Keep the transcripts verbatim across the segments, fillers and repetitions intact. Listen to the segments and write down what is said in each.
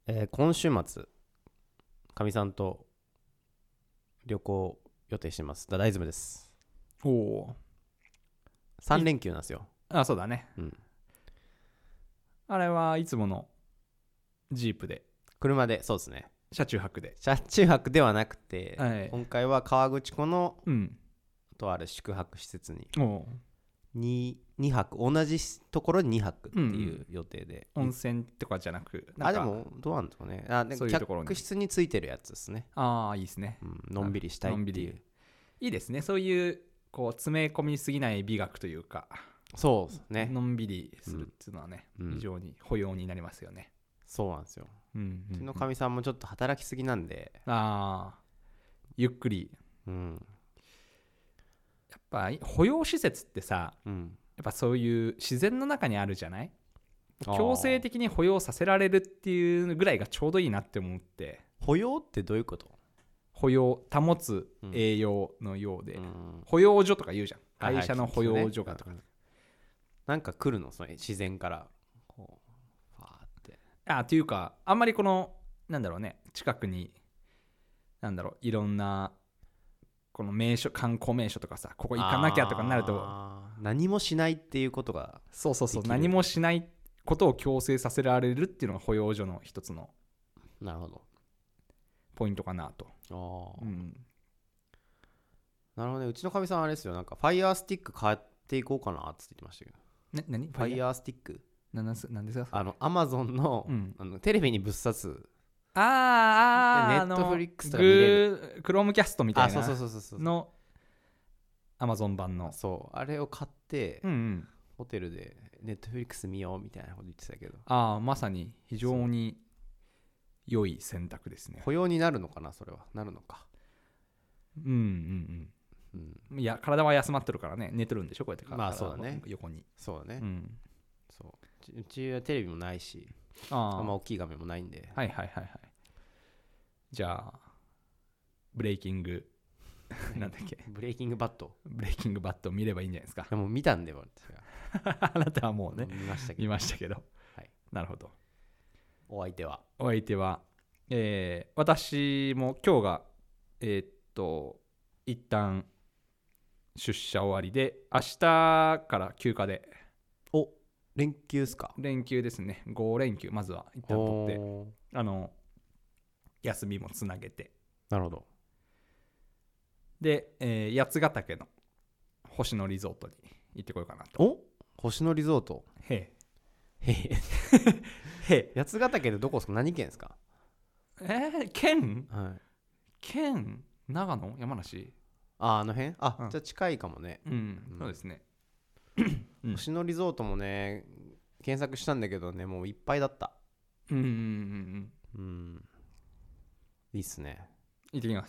えー今週末かみさんと旅行予定してます。ダダイズムです。 おお。 さん連休なんですよ。 あ、そうだね。 うん、 あれはいつものジープで、 車で。そうですね。 車中泊で。 車中泊ではなくて、 はい。 今回は河口湖のうん。 とある宿泊施設におお。 2, 2泊、同じところににはくっていう予定で、 温泉とかじゃなく、なんかあでもどうなんですかね。あでそういうところに客室についてるやつですね。 ああ、いいですね。 うん、のんびりしたいっていう。 いいですね。そういうこう詰め込みすぎない美学というか、 そうですね。 のんびりするっていうのはね、 うん、 非常に保養になりますよね。 そうなんですよ。 うんうんうん、 うちのかみさんもちょっと働きすぎなんで、 ああ、ゆっくり。 うん、 やっぱ保養施設ってさ、 うん、 やっぱそういう自然の中にあるじゃない。 あー強制的に保養させられるっていうぐらいがちょうどいいなって思って。 保養ってどういうこと？ 保養、保つ栄養のようで、 うん、 保養所とか言うじゃん。 はいはい会社の保養所がとか、 聞くね。なんか来るのその自然からこうファーって。 あっていうか、あんまりこのなんだろうね、近くになんだろう、いろんなこの名所、観光名所とかさ、ここ行かなきゃとかになると、 あー何もしないっていうことが。 そうそうそう、 できる何もしないことを強制させられるっていうのが保養所の一つのなるほど。 ポイントかなと。 あー、 うん、 なるほどね。うちのかみさんあれですよ、なんかファイヤースティック買っていこうかなって言ってましたけど。 ね、何ファイヤースティック、 ななんすなんですか。 あのアマゾンの、 うん、 あのテレビにぶっ刺す。 あーあー、 で Netflix とか見れるクロームキャストみたいあ、そうそうなそうそうそう。 のアマゾン版の、 そうあれを買って、 うんうん、 ホテルでネットフリックス見ようみたいなこと言ってたけど、 ああまさに非常に良い選択ですね。 雇用になるのかな。それはなるのか。 うんうんうんうん。いや体は休まってるからね、寝てるんでしょこうやって。 まあそうだね、 横に。 そうだね、 うん。 そううちうちはテレビもないし、 ああ、 あんま大きい画面もないんで。 はいはいはいはい。じゃあブレイキングなんだっけ、 ブレイキングバット。 ブレイキングバット見ればいいんじゃないですか。 でも見たんで、私があなたはもうね見ましたけど。 見ましたけど、 はい、 なるほど。 お相手はお相手は、えー私も今日がえーっと一旦出社終わりで、明日から休暇で、 お連休っすか？ 連休ですね。ご連休まずは一旦取って、 おーあの休みもつなげて、 なるほど。 で、えー八ヶ岳の星野リゾートに行ってこようかなと。 お星野リゾート。 へへへえへえ。 八ヶ岳ってどこですか？何県ですか？ えー、県はい県長野山梨。 ああの辺あ、 うん、 じゃあ近いかもね。 うん、 うん、 そうですね。 うん、星野リゾートもね検索したんだけどね、もういっぱいだった。 うんうんうんうん。 うんいいっすね。 行ってきます。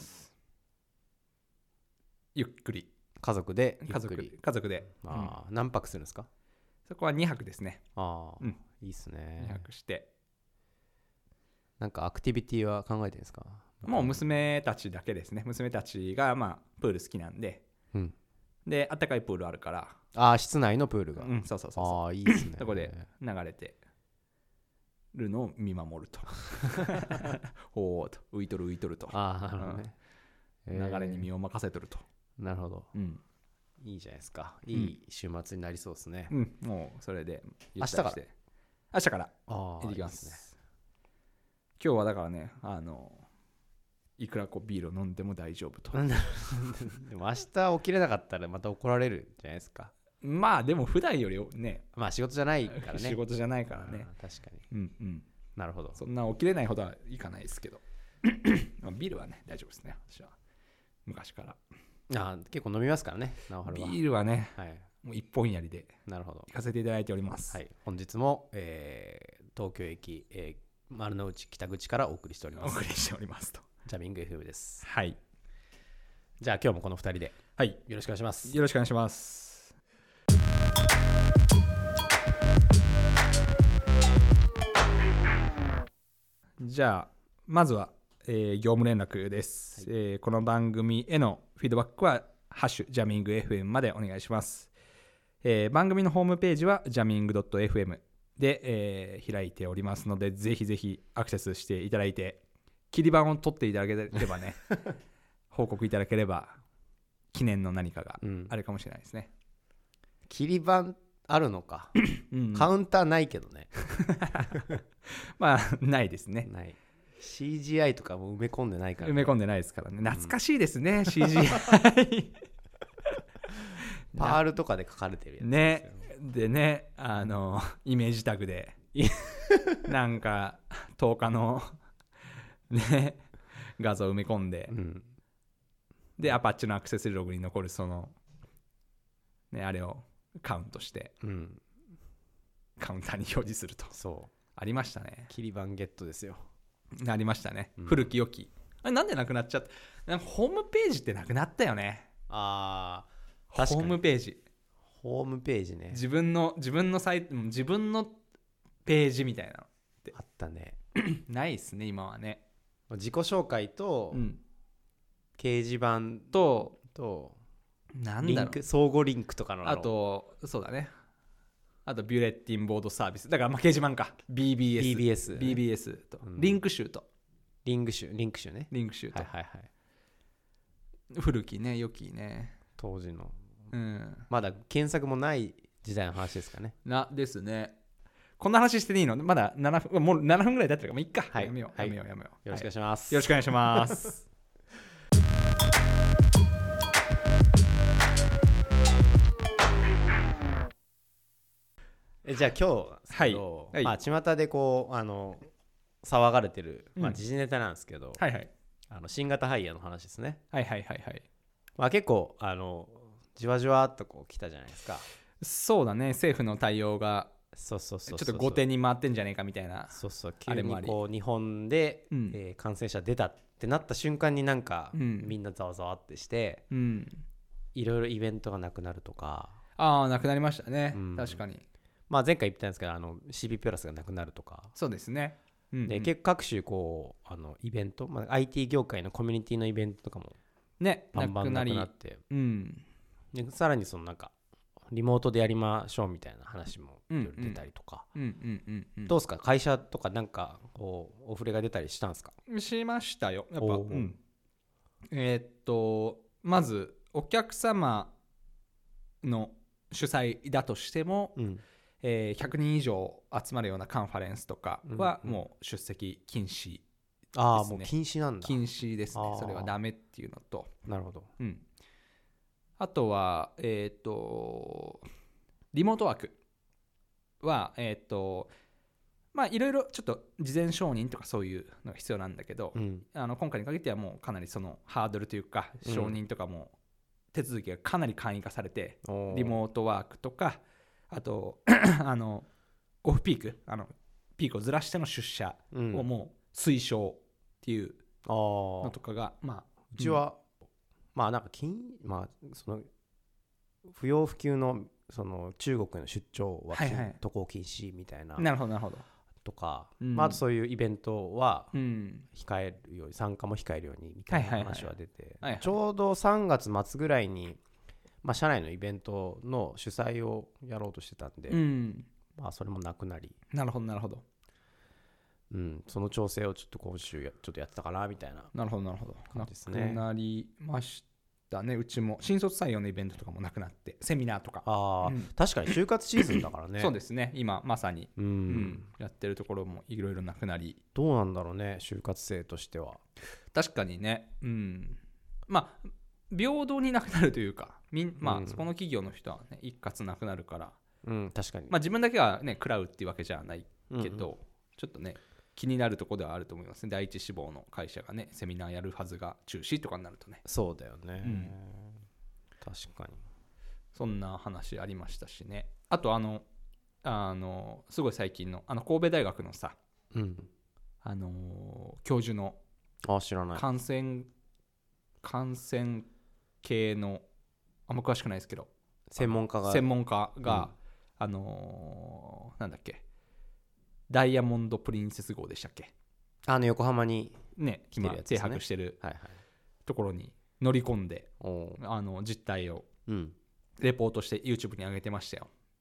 ゆっくり家族でゆ家族っくり。 家族で、 あ、うん、何泊するんですか？ そこはにはくですね。 ああ、 うん、 いいっすね。 にはくして、 なんかアクティビティは考えてるんですか？ もう娘たちだけですね。娘たちがまあプール好きなんで、 うん、 であったかいプールあるから、 ああ室内のプールが、 うん、そうそうそうそう、 ああいいっすね。 そこで流れてるのを見守るとほーと浮いとる浮いとると、 ああなるほどね、 うん、流れに身を任せとると、 えー、なるほど、 うん、 いいじゃないですか。いい週末になりそうですね。 うん、もうそれで明日から明日からあ行ってきます。 いいですね。 今日はだからね、あのいくらこうビールを飲んでも大丈夫と。 でも明日起きれなかったらまた怒られるじゃないですか。 まあでも普段よりね、 まあ仕事じゃないからね。 仕事じゃないからね。 確かに。 うんうん。 なるほど。 そんな起きれないほどはいかないですけどまあビールはね大丈夫ですね。私は昔からあ結構飲みますからね。直春はビールはね、 はい、 もう一本やりでなるほど行かせていただいております。 はい、本日も、えー、東京駅、えー、丸の内北口からお送りしております。 お送りしておりますと。 ジャミング エフエム です。 はい。 じゃあ今日もこのふたりで、 はい、 よろしくお願いします。 よろしくお願いします。じゃあまずは、えー、業務連絡です、はい。えー、この番組へのフィードバックはハッシュジャミング エフエム までお願いします。えー、番組のホームページは ジャミング ドット エフエムで、えー開いておりますので、ぜひぜひアクセスしていただいて、切り板を取っていただければね報告いただければ記念の何かがうんあるかもしれないですね、 切り板あるのかうんカウンターないけどねまあないですね。 ない シージーアイ とかも埋め込んでないから、 埋め込んでないですからね。懐かしいですね、シージーアイパールとかで書かれてるやつですよね。でね、あのイメージタグでなんかとおかのね画像埋め込んで、 うん、 でアパッチのアクセスログに残るそのねあれをカウントしてうん、 カウンターに表示するとそうありましたね。 切り板ゲットですよ。 ありましたね、 うん古き良き。あれなんでなくなっちゃった？なんかホームページってなくなったよね。 あーホ確かにームページ、 ホームページね自分の自分のサイト、自分のページみたいなあったね。 のないですね今はね。 自己紹介とうん掲示板ととなんだろう、 リンク相互リンクとかのあとそうだね、あとビュレッティンボードサービスだからまあ掲示板か ビービーエスビービーエス、 ビービーエス と、 うんリンクシュートリンク集リンク集ね。 リンクシュート、 はいはいはい。 古きね良きね、 当時のうんまだ検索もない時代の話ですかね。 なですね。こんな話していいの？まだななふん、もうななふんぐらい経ってるからもういっか、 はいやめよう、 はいやめようやめよう。 よろしくお願いしします。 よろしくお願いしますえじゃあ今日ですけど、 はいまあ巷でこうあの騒がれてる、まあ、 うん時事ネタなんですけど、 はいはいあの新型ハイヤーの話ですね。 はいはいはいはい。 まあ結構あのじわじわっとこう来たじゃないですか。 そうだね、政府の対応がそうそうそうそうちょっと後手に回ってんじゃねえかみたいな。 そうそう急あれもありにこう日本で、 うんえー感染者出たってなった瞬間になんか、 うんみんなざわざわってしてうん、 いろいろイベントがなくなるとか、 ああなくなりましたね、 うん確かにまあ、前回言ったんですけどあの シービー プラスがなくなるとか、 そうですね、うんうん、 で結構各種こうあのイベント、まあ、アイティー 業界のコミュニティのイベントとかもねバンバンなくりなってうんでさらにそのなんかリモートでやりましょうみたいな話もいろいろ出たりとか、 うんうんうんうんどうですか会社とかなんかこうお触れが出たりしたんですか？ しましたよやっぱ、 おーうん、えーっとまずお客様の主催だとしても、 うんえーひゃくにん以上集まるようなカンファレンスとかはうんうんもう出席禁止、ですねああもう禁止なんだ。 禁止ですねあーそれはダメっていうのと、 なるほど。 うん、あとはえっ、とリモートワークはえっ、とまあいろいろちょっと事前承認とかそういうのが必要なんだけど、 うんあの今回に限ってはもうかなりそのハードルというかうん承認とかも手続きがかなり簡易化されて、 おーリモートワークとかあとあのオフピークあのピークをずらしての出社うんをもう推奨っていうあーのとかが、まあうちは、まあなんか金まあその不要不急のその中国への出張は、 はいはい渡航禁止みたいななるほどなるほど、 とか、 うんまあ、あとそういうイベントはうん、 控えるように参加も控えるようにみたいなはいはいはい話は出てはいはいちょうどさんがつ末ぐらいに、まあ、社内のイベントの主催をやろうとしてたんで、 うん、 まあ、それもなくなり、 なるほどなるほどうん、その調整をちょっと今週やちょっとやってたかなみたいななるほどなるほど感じですねなくなりましたね。うちも新卒採用のイベントとかもなくなってセミナーとか、 あ、 うん確かに就活シーズンだからねそうですね今まさに、 うんうんやってるところもいろいろなくなり、 どうなんだろうね就活生としては。 確かにね、うん、まあ平等になくなるというかみん、まあうんそこの企業の人は、ね、一括なくなるから、 うん確かに、 まあ、自分だけはね食らうっていうわけじゃないけど、 うんうんちょっとね気になるところではあると思いますね。第一志望の会社がねセミナーやるはずが中止とかになるとね、 そうだよね、 うん確かに。 そんな話ありましたしね。あとあのあのすごい最近のあの神戸大学のさうんあの教授のあ知らない。 感染感染系のあんま詳しくないですけど専門家が専門家が、あのーなんだっけダイヤモンドプリンセス号でしたっけあの横浜にね来てるやつですね今停泊してるはいはいところに乗り込んでおーあの実態をうんレポートして YouTube に上げてましたよ。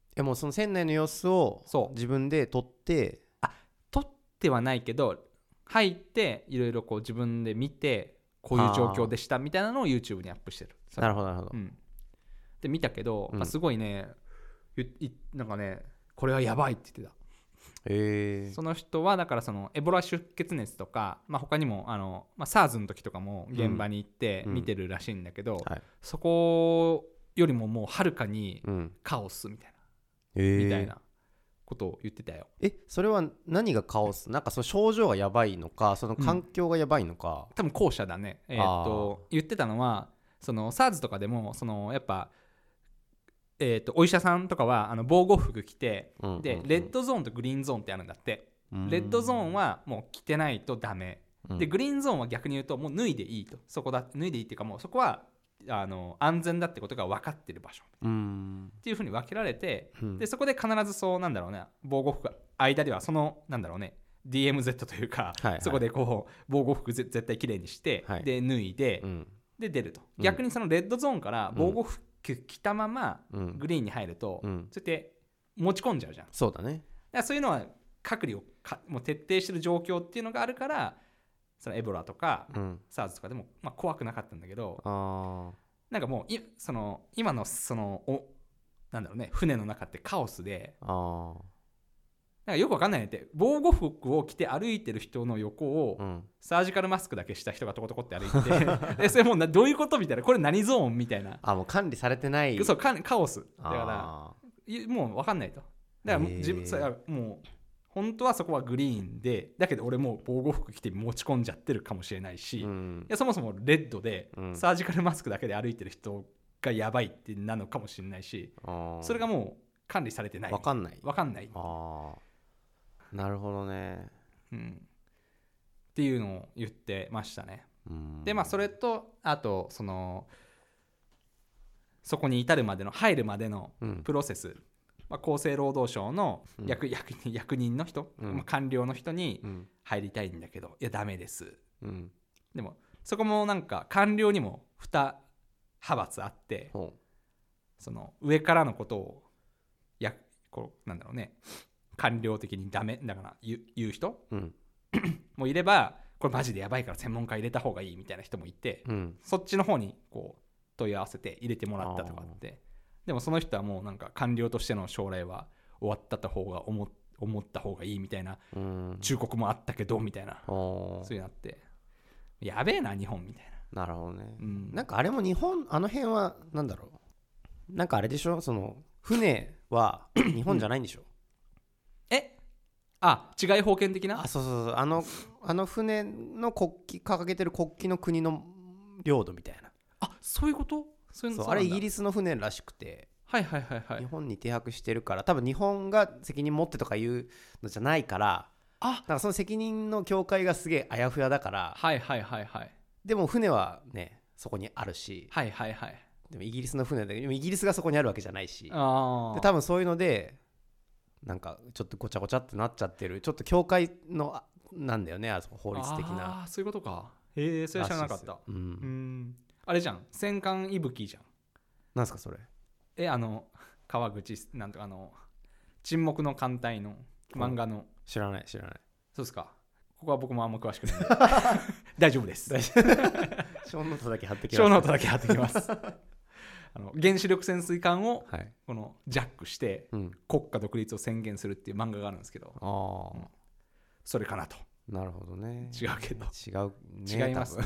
えもうその船内の様子をそう自分で撮って撮ってはないけど入っていろいろこう自分で見てこういう状況でしたみたいなのを YouTube にアップしてる。 なるほどなるほど、 うん、で見たけど、 うんまあ、すごいねなんかねこれはやばいって言ってた。 へえその人はだからそのエボラ出血熱とか、まあ、他にもあの、まあ、SARS の時とかも現場に行って見てるらしいんだけど、 うんはい、 そこよりももうはるかにうんカオスみたいな、 へーみたいなことを言ってたよ。 えそれは何がカオスなんかその症状がやばいのかその環境がやばいのか、 多分後者だね。えーっと言ってたのはその SARS とかでもそのやっぱえー、とお医者さんとかはあの防護服着て、 うんうんうん、 でレッドゾーンとグリーンゾーンってあるんだって。レッドゾーンはもう着てないとダメ、 うん、 でグリーンゾーンは逆に言うともう脱いでいいと、そこだ脱いでいいっていうかもうそこはあの安全だってことが分かってる場所うんっていう風に分けられて、 うん、 でそこで必ずそうなんだろうね防護服間ではそのなんだろうね ディーエムゼット というか、 はいはい、 そこでこう防護服絶対きれいにして、はい、で脱いで、うん、で出ると、逆にそのレッドゾーンから防護服着たままグリーンに入ると、うん、そうやって持ち込んじゃうじゃん。 そうだね。 だからそういうのは隔離をかもう徹底してる状況っていうのがあるからそのエボラとか、うん、SARS とかでも、まあ、怖くなかったんだけど、あなんかもういその今のそのおなんだろうね船の中ってカオスで、あなんかよくわかんないねって防護服を着て歩いてる人の横を、うん、サージカルマスクだけした人がトコトコって歩いててでそれもうなどういうことみたいな、これ何ゾーンみたいな、 あもう管理されてない、 そうカオスだからもうわかんないと。だから自分それもう本当はそこはグリーンでだけど俺もう防護服着て持ち込んじゃってるかもしれないし、うん、いやそもそもレッドで、うん、サージカルマスクだけで歩いてる人がやばいってなのかもしれないし、それがもう管理されてない、 分かんない分かんない、 あなるほどね、 うん、っていうのを言ってましたね。うんでまあそれとあとそのそこに至るまでの入るまでのプロセス、うんまあ、厚生労働省の 役,、うん、役, 役人の人、うんまあ、官僚の人に入りたいんだけど、うん、いやダメです、うん、でもそこもなんか官僚にもに派閥あって、うん、その上からのことをやこうなんだろうね官僚的にダメだから言 う, 言う人、うん、もいればこれマジでやばいから専門家入れた方がいいみたいな人もいて、うん、そっちの方にこう問い合わせて入れてもらったとかって、でもその人はもうなんか官僚としての将来は終わった方が 思, 思った方がいいみたいな忠告もあったけどみたいな、そういうのあってやべえな日本みたいな。なるほどね、うん、なんかあれも日本あの辺はなんだろうなんかあれでしょその船は日本じゃないんでしょ、 うん、えあ違い封建的なあそうそうそうあのあの船の国旗掲げてる国旗の国の領土みたいな。 あそういうことそういうのそうあれイギリスの船らしくて、 はいはいはいはい、 日本に停泊してるから多分日本が責任持ってとかいうのじゃないから、あだからその責任の境界がすげえあやふやだから、 はいはいはいはい、 でも船はねそこにあるし、 はいはいはい、 でもイギリスの船ででもイギリスがそこにあるわけじゃないし、 あで多分そういうのでなんかちょっとごちゃごちゃってなっちゃってるちょっと境界のなんだよねあそこ法律的な。 あそういうことか。へえそれ知らなかった。うん、うんあれじゃん戦艦いぶきじゃん。 なんすかそれ。 えあの川口なんとかあの沈黙の艦隊の漫画の。 知らない知らない。 そうですか。ここは僕もあんま詳しくないんで大丈夫です。 小ノートだけ貼ってきます。 小ノートだけ貼ってきますあの原子力潜水艦をこのジャックして国家独立を宣言するっていう漫画があるんですけど、あ、うん、それかなと。 なるほどね。 違うけど違う、ね、 違いますね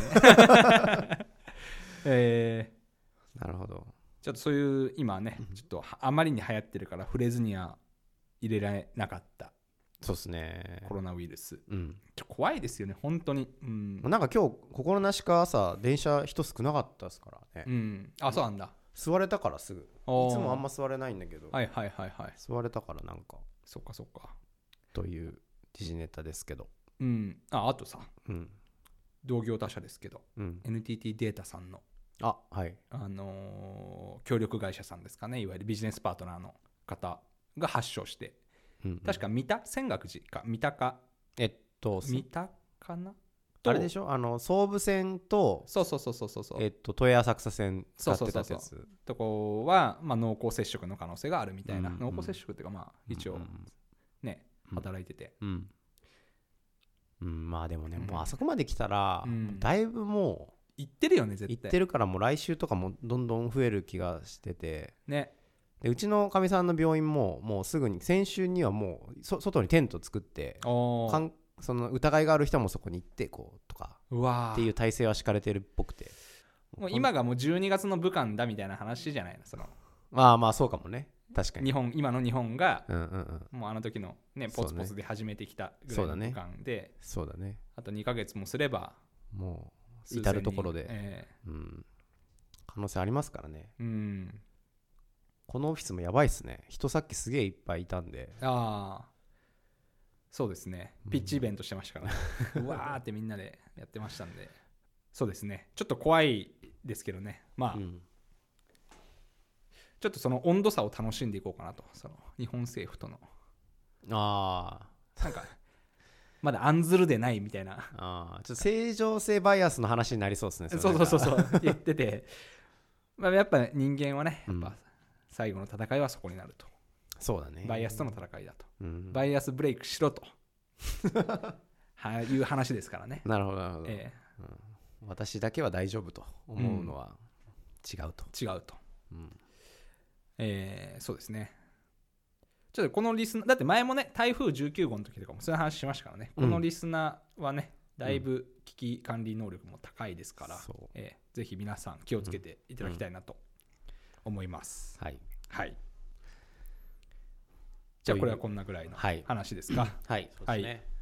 えー、 なるほど。 ちょっとそういう今ねちょっとあまりに流行ってるから触れずには入れられなかったそうですねコロナウイルス、うん、ちょ怖いですよね本当に、うん、 なんか今日心なしか朝電車人少なかったですからね、 うん、あそうなんだ。 座れたからすぐいつもあんま座れないんだけど、 はいはいはいはい、 座れたからなんかそっかそっかという時事ネタですけど、 うん、ああとさ、 うん、 同業他社ですけど、うん、エヌティーティー データさんのあ、はいあのー、協力会社さんですかね、いわゆるビジネスパートナーの方が発症して、うんうん、確か三田泉岳寺か三田かえっと三田かなとあれでしょ、あの総武線とそうそうそうそうそうそうえっと豊谷浅草線使ってたやつ。 そうそうそうとこは、まあ、濃厚接触の可能性があるみたいな、 うんうん、 濃厚接触っていうかまあ一応ね、 うん、 働いてて、 うんうん、まあでもね、 うん、 もうあそこまで来たら、 うん、 だいぶもう行ってるよね絶対。 行ってるから、もう来週とかもどんどん増える気がしててね。 でうちのかみさんの病院ももうすぐに先週にはもうそ外にテント作ってかんその疑いがある人もそこに行ってこうとかうわっていう体制は敷かれてるっぽくて、 もう今がもうじゅうにがつの武漢だみたいな話じゃないの、そのまあまあそうかもね、確かに日本今の日本が、 うんうんうん、 もうあの時のねポツポツで始めてきたぐらいの武漢で、 そうだね、 あとにかげつもすればもう至るところで、 えーうん、可能性ありますからね。 ー、うんこのオフィスもやばいっすね、人さっきすげえいっぱいいたんで。 ああそうですね、ピッチイベントしてましたから、ね、うわーってみんなでやってましたんで、そうですね、ちょっと怖いですけどね、まあ、うん、ちょっとその温度差を楽しんでいこうかなと、その日本政府との、 ああなんかまだ案ずるでないみたいな、 あちょっと正常性バイアスの話になりそうですね。 そうそうそうそう言ってて、まあやっぱ人間はね、やっぱ最後の戦いはそこになると。 そうだね、 バイアスとの戦いだと、 うん、 バイアスブレイクしろという話ですからね。 なるほどなるほど、 えーうん、私だけは大丈夫と思うのは違うと、 うん、違うと、 うんえー、そうですね。ちょっとこのリスナーだって前もね台風じゅうきゅうごうの時とかもそういう話しましたからね、うん、このリスナーはねだいぶ危機管理能力も高いですから、うんえー、ぜひ皆さん気をつけていただきたいなと思います、 うん、はい、 はいじゃあこれはこんなぐらいの話ですか。 はい、そうですね。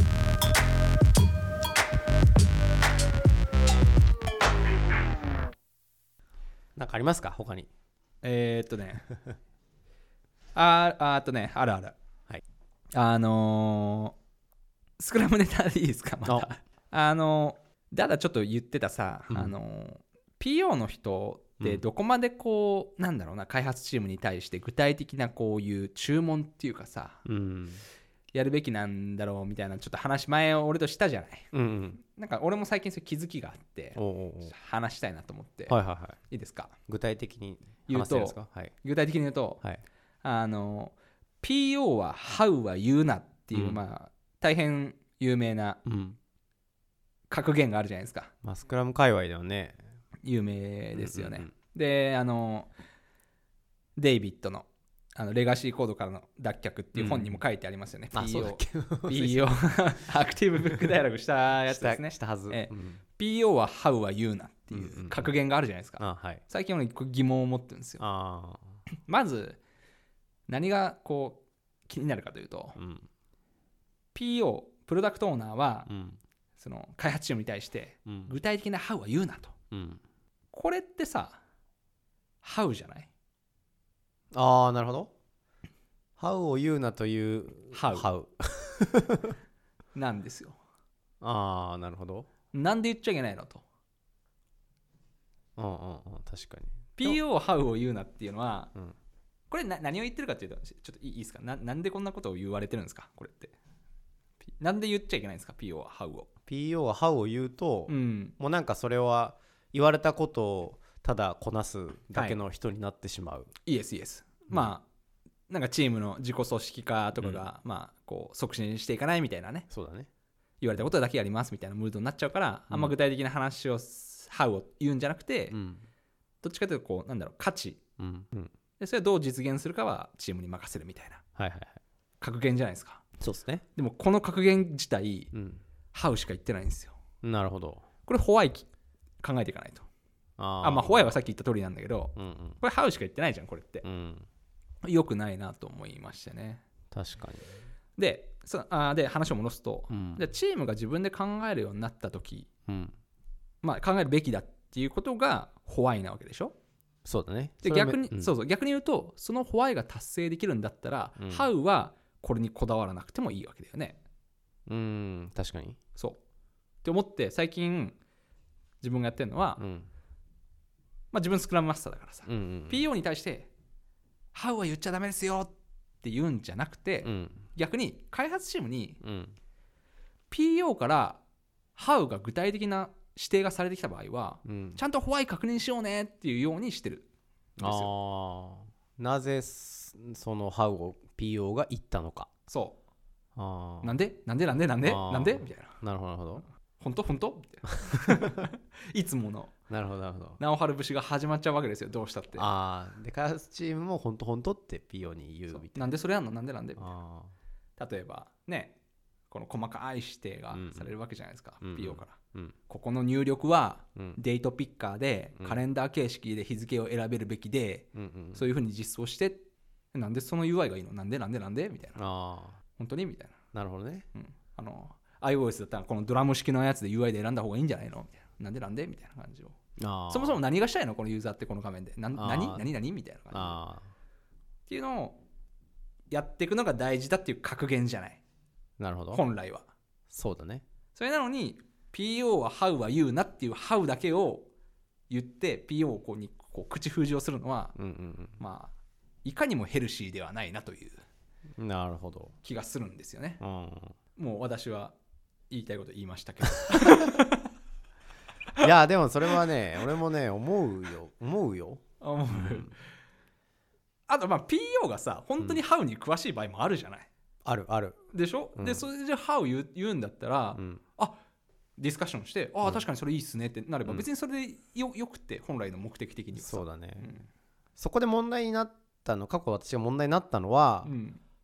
なんかありますか他に。 えー、っとねあーあーっとねあるある、 はい、 あのー、スクラムネタでいいですかまたあのー、だだちょっと言ってたさ、うん、あのー、ピーオー の人でどこまでこう、うん、なんだろうな開発チームに対して具体的なこういう注文っていうかさ、うん、やるべきなんだろうみたいなちょっと話前俺としたじゃない、うんうん、なんか俺も最近そういう気づきがあっておうおう話したいなと思って、 はいはいはい、 いいですか具体的に話せるんですか。はい、 具体的に言うと、はい、あの ピーオー は How は言うなっていう、うん、まあ大変有名な格言があるじゃないですか、 まあ、スクラム界隈ではね有名ですよね、うんうんうん、であのデイビッドのあのレガシーコードからの脱却っていう本にも書いてありますよね、うん、ピーオー ピーオー アクティブブックダイアログしたやつですね。 したはず、 え、うん、ピーオー は How は言うなっていう格言があるじゃないですか、うんうんうん、はい、最近俺疑問を持ってるんですよ。あまず何がこう気になるかというと、うん、ピーオー プロダクトオーナーは、うん、その開発チームに対して具体的な How は言うなと、うん、これってさ How じゃない？ ああなるほど。 How を言うなという How, How なんですよ。 ああなるほど。 なんで言っちゃいけないのと。 うんうんうん確かにピーオー How を言うなっていうのは、うん、これな何を言ってるかっていうとちょっといいですか な, なんでこんなことを言われてるんですかこれって。なんで言っちゃいけないんですか ピーオー は How を。 ピーオー は How を言うと、うん、もうなんかそれは言われたことをただこなすだけの人になってしまう、はい、 イエスイエス、うん、まあなんかチームの自己組織化とかが、うん、まあこう促進していかないみたいなね。 そうだね。 言われたことだけやりますみたいなムードになっちゃうから、うん、あんま具体的な話を How を言うんじゃなくて、うん、どっちかというとこうなんだろう価値、うんうん、でそれをどう実現するかはチームに任せるみたいな、はいはいはい、格言じゃないですか。 そうですね。 でもこの格言自体、うん、How しか言ってないんですよ。なるほど。 これホワイ考えていかないと。ああまあホワイはさっき言った通りなんだけど、うんうん、これ How しか言ってないじゃんこれって、うん、よくないなと思いましてね。 確かに。 でそあで話を戻すと、うん、でチームが自分で考えるようになった時、うん、まあ考えるべきだっていうことがホワイなわけでしょ。 そうだね。 で逆に、うん、そうそう逆に言うとそのホワイが達成できるんだったら、うん、How はこれにこだわらなくてもいいわけだよね。 うん確かにそうって思って最近自分がやってるのは、うんまあ、自分スクラムマスターだからさ、うんうん、ピーオー に対して「How は言っちゃダメですよ」って言うんじゃなくて、うん、逆に開発チームに、うん、ピーオー から How が具体的な指定がされてきた場合は、 うん、 ちゃんと Why 確認しようねっていうようにしてるんですよ。あなぜその How を ピーオー が言ったのか。 そうあなんでなんでなんでなんでなんでみたいな。 なるほどなるほど。 本当本当みたいないつものなるほどなるほど。 直春節が始まっちゃうわけですよ、どうしたって。 ああで開発チームも本当本当って ピーオー に言うみたいな。 なんでそれやんのなんでなんでみたいあな。例えばねこの細かい指定がされるわけじゃないですか、うんうん、ピーオー から、うん、ここの入力はデートピッカーでカレンダー形式で日付を選べるべきで、うんうん、そういうふうに実装して、なんでその ユーアイ がいいのなんでなんでなんでみたいな。あ本当にみたいな。 なるほどね、 うん、あの iOS だったらこのドラム式のやつで ユーアイ で選んだ方がいいんじゃないのみたいな。なんでなんでみたいな感じを。あそもそも何がしたいのこのユーザーってこの画面でな何何何みたいな感じあっていうのをやっていくのが大事だっていう格言じゃない。 なるほど。 本来はそうだね。 それなのに ピーオー は How は言うなっていう How だけを言って ピーオー をこうにこう口封じをするのは、うんうんうん、まあいかにもヘルシーではないなというなるほど気がするんですよね、うん、もう私は言いたいこと言いましたけどいやでもそれはね俺もね思うよ思うよ思う、うん、 あとまあ ピーオー がさ本当に How に詳しい場合もあるじゃない、うん、 あるあるでしょ、うん、でそれで How 言う、言うんだったら、うん、あディスカッションしてあ、うん、確かにそれいいっすねってなれば、うん、別にそれで よ, よくて本来の目的的にはそうだね、うん、そこで問題になったの過去私が問題になったのは、うん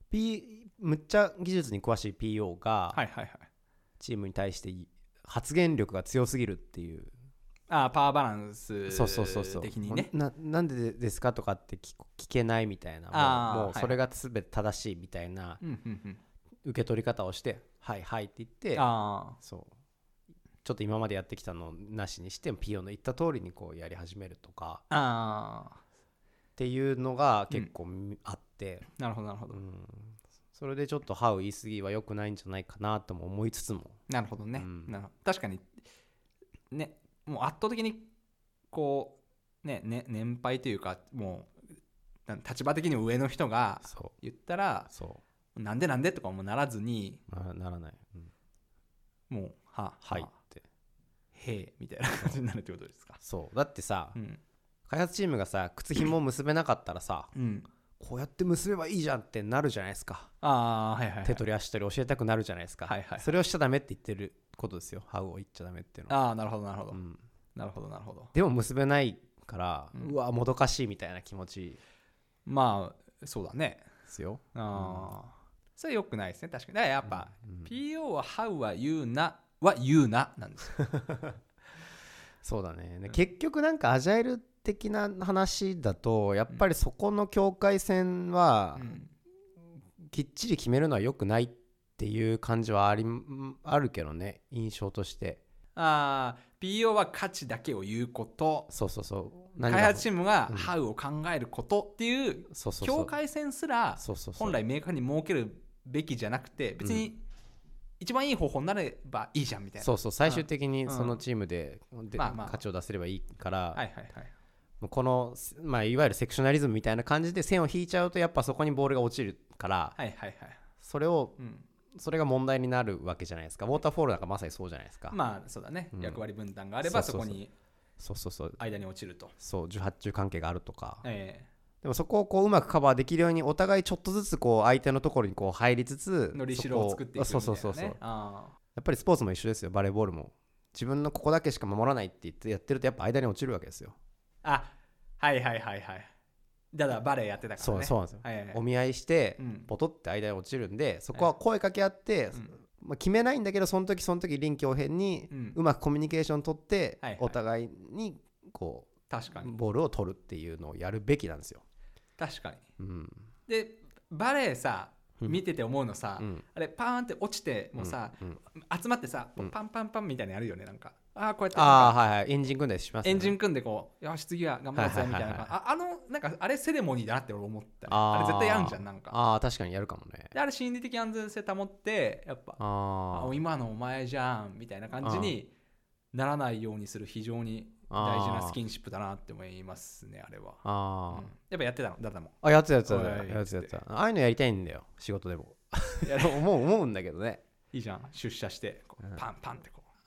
、P むっちゃ技術に詳しい ピーオー が、はいはいはい、チームに対して発言力が強すぎるっていう。 ああパワーバランス的にね。 な, なんでですかとかって 聞, 聞けないみたいな、も う, もうそれが全て正しいみたいな受け取り方をして、はいはいって言って、あそうちょっと今までやってきたのなしにして ピーオー の言った通りにこうやり始めるとかあっていうのが結構あって、 うん、なるほどなるほど、うん、 それでちょっと How 言い過ぎは良くないんじゃないかなとも思いつつも。 なるほどね、うん、なるほど確かにねもう圧倒的にこうね、ね年配というかもう立場的に上の人が言ったらそうなんでなんでとかもならずにな, ならない、 うん、もうははいってへえみたいな感じになるってことですか。 そうだってさ、うん、開発チームがさ靴紐を結べなかったらさ、うん、こうやって結べばいいじゃんってなるじゃないですか。あ、はいはいはい、手取り足取り教えたくなるじゃないですか、はいはいはい、それをしちゃダメって言ってることですよ。 How を言っちゃダメっていうのは。 ああなるほどなるほど、うん、なるほどなるほど。 でも結べないから、うん、うわもどかしいみたいな気持ち。 まあそうだねですよ。 あ、うん、それ良くないですね確かに。だからやっぱ、うんうん、ピーオー は How は言うなは言うななんですよそうだね、うん、結局なんかアジャイル的な話だとやっぱりそこの境界線は、うん、きっちり決めるのは良くないっていう感じはありあるけどね、印象として。 ああ ピーオー は価値だけを言うこと、 そうそうそう、 開発チームが How を考えることっていう境界線すら本来メーカーに設けるべきじゃなくて、別に一番いい方法になればいいじゃんみたいな。 そうそう、最終的にそのチームで価値を出せればいいから、はいはいはい、この、まあ、いわゆるセクショナリズムみたいな感じで線を引いちゃうとやっぱそこにボールが落ちるから、はいはいはい、それを、うん、それが問題になるわけじゃないですか。ウォーターフォールなんかまさにそうじゃないですか。 まあそうだね、うん、役割分担があればそこにそうそうそう間に落ちると、 そう受発注関係があるとか、えー、でもそこをこううまくカバーできるようにお互いちょっとずつこう相手のところにこう入りつつのりしろを作っていくみたいなね。そうそうそうそう、 あやっぱりスポーツも一緒ですよ。バレーボールも自分のここだけしか守らないって言ってやってるとやっぱ間に落ちるわけですよ。あはいはいはいはい。だからバレーやってたからね。 そうそうなんですよ、はいはいはい、お見合いしてポトって間に落ちるんで、うん、そこは声かけ合って、うんまあ、決めないんだけどその時その時臨機応変にうまくコミュニケーション取って、うん、お互いにこう確かにボールを取るっていうのをやるべきなんですよ。 確かに、うん、でバレーさ見てて思うのさ、うん、あれパーンって落ちてもさ、うんうん、集まってさ、うん、パンパンパンみたいなのやるよね。なんかああこうやってああはいはいエンジン組んだりしますね。 エンジン組んでこうよし次は頑張るぜみたいな、はいはいはいはい、あ, あのなんかあれセレモニーだなって俺思った、ね、あ, あれ絶対やるんじゃん。なんかああ確かにやるかもね。 であれ心理的安全性保ってやっぱああ今のお前じゃんみたいな感じにならないようにする非常に大事なスキンシップだなって思いますね。あれはあ、うん、やっぱやってたの誰もあやってたやってたやってたやってたああいうのやりたいんだよ仕事でも思う思うんだけどね。 いいじゃん出社してこう、うん、パンパンってこう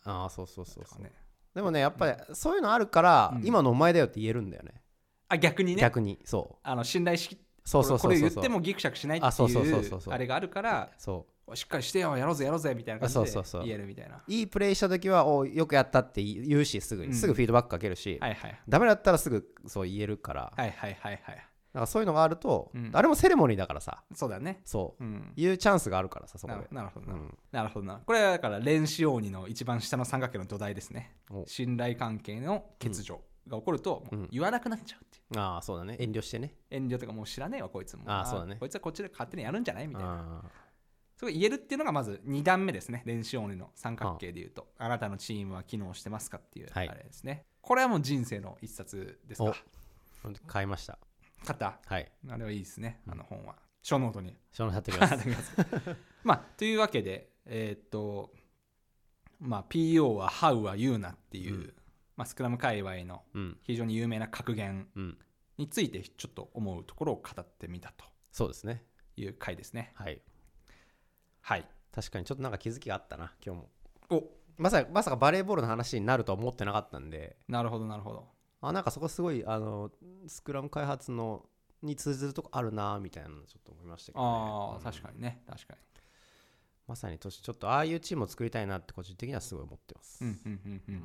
ああそうそうそうそう、ね、でもねやっぱりそういうのあるから、うん、今のお前だよって言えるんだよね。 あ逆にね逆にそうあの信頼しそうそうそうそうこれ言ってもギクシャクしないっていうあれがあるからそうしっかりしてよやろうぜやろうぜみたいな感じで言えるみたいな。そうそうそういいプレーした時はおよくやったって言うしすぐ、うん、すぐフィードバックかけるし、 はいはい、 ダメだったらすぐそう言えるから、 はいはいはいはい、 だからそういうのがあると、うん、あれもセレモニーだからさ。 そうだねそう、うん、言うチャンスがあるからさそこで。 なるほどな、うん、なるほどな。これはだから練習鬼の一番下の三角形の土台ですね。信頼関係の欠如が起こると、うん、言わなくなっちゃうっていう。 ああそうだね遠慮してね。 遠慮とかもう知らねえわこいつも。 ああそうだね。 こいつはこっちで勝手にやるんじゃないみたいな。それ言えるっていうのがまずに段目ですね。練習鬼の三角形でいうと、ああなたのチームは機能してますかっていうあれですね、はい、これはもう人生の一冊ですか。 買いました。 買った。 はい。 あれはいいですね、あの本は。小ノートに。 小ノート貼ってきます。 まあというわけで、えー、っとまあ ピーオー は How は言うなっていう、うんまあ、スクラム界隈の非常に有名な格言についてちょっと思うところを語ってみたと。 そうですね。 いう回ですね。 はい。 はい。 確かにちょっとなんか気づきがあったな今日も。 おまさかまさかバレーボールの話になるとは思ってなかったんで。 なるほどなるほど。 あなんかそこすごいあのスクラム開発のに通ずるとこあるなみたいなのちょっと思いましたけどね。 ああ、うん、確かにね確かに。 まさにちょっとああいうチームを作りたいなって個人的にはすごい思ってます。 うんうんうんうん。うん、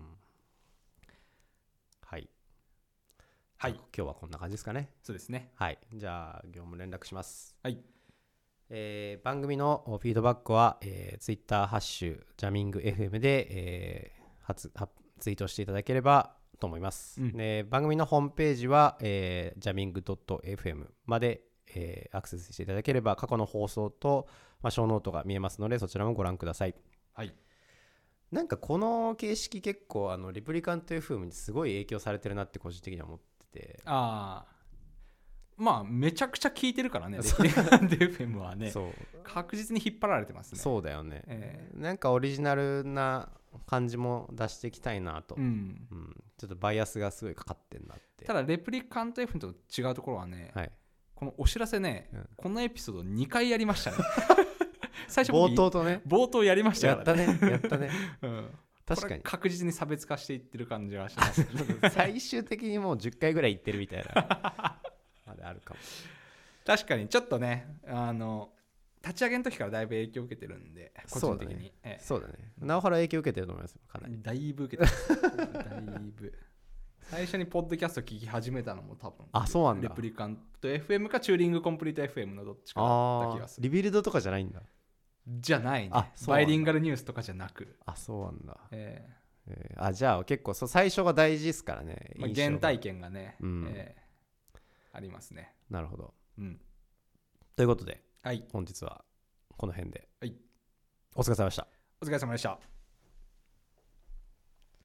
はいはい。 今日はこんな感じですかね。 そうですね。 はい。じゃあ業務連絡します。 はい。 えー、番組のフィードバックは、えー、Twitter ハッシュジャミング エフエム で、えー、発ツイートしていただければと思います、うんで番組のホームページは、えー、ジャミング ドット エフエム まで、えー、アクセスしていただければ過去の放送と、まあ、ショーノートが見えますのでそちらもご覧ください。 はい。 なんかこの形式結構あのリプリカント エフエム にすごい影響されてるなって個人的には思ってて。 ああまあめちゃくちゃ聞いてるからねリプリカント エフエム はね。そう確実に引っ張られてますね。 そうだよね、えー、なんかオリジナルな感じも出していきたいなと、うんうん、ちょっとバイアスがすごいかかってんなって。ただレプリカント エフエム と違うところはね、 はい、 このお知らせね、うん、このエピソードにかいやりましたね最初冒頭とね冒頭やりましたからね。 やったねやったね、うん、確かに確実に差別化していってる感じはします、ね、 最終的にもうじゅっかいぐらい言ってるみたいなまであるかも。 確かにちょっとねあの立ち上げの時からだいぶ影響を受けてるんで個人的に。 そうだね、ええ、なおはら影響を受けてると思いますよ。かなりだいぶ受けてるだいぶ最初にポッドキャスト聞き始めたのも多分あそうなんだレプリカント エフエム かチューリングコンプリート エフエム のどっちかだった気がする。 リビルドとかじゃないんだ。 じゃないね。バイリンガルニュースとかじゃなく。 あそうなんだ、 えーえー、あじゃあ結構そう最初が大事ですからね、 まあ、原体験がね、うんえー、ありますね。 なるほど、 うん、 ということで、 はい、 本日はこの辺で、 はい、 お疲れ様でした。 お疲れ様でした。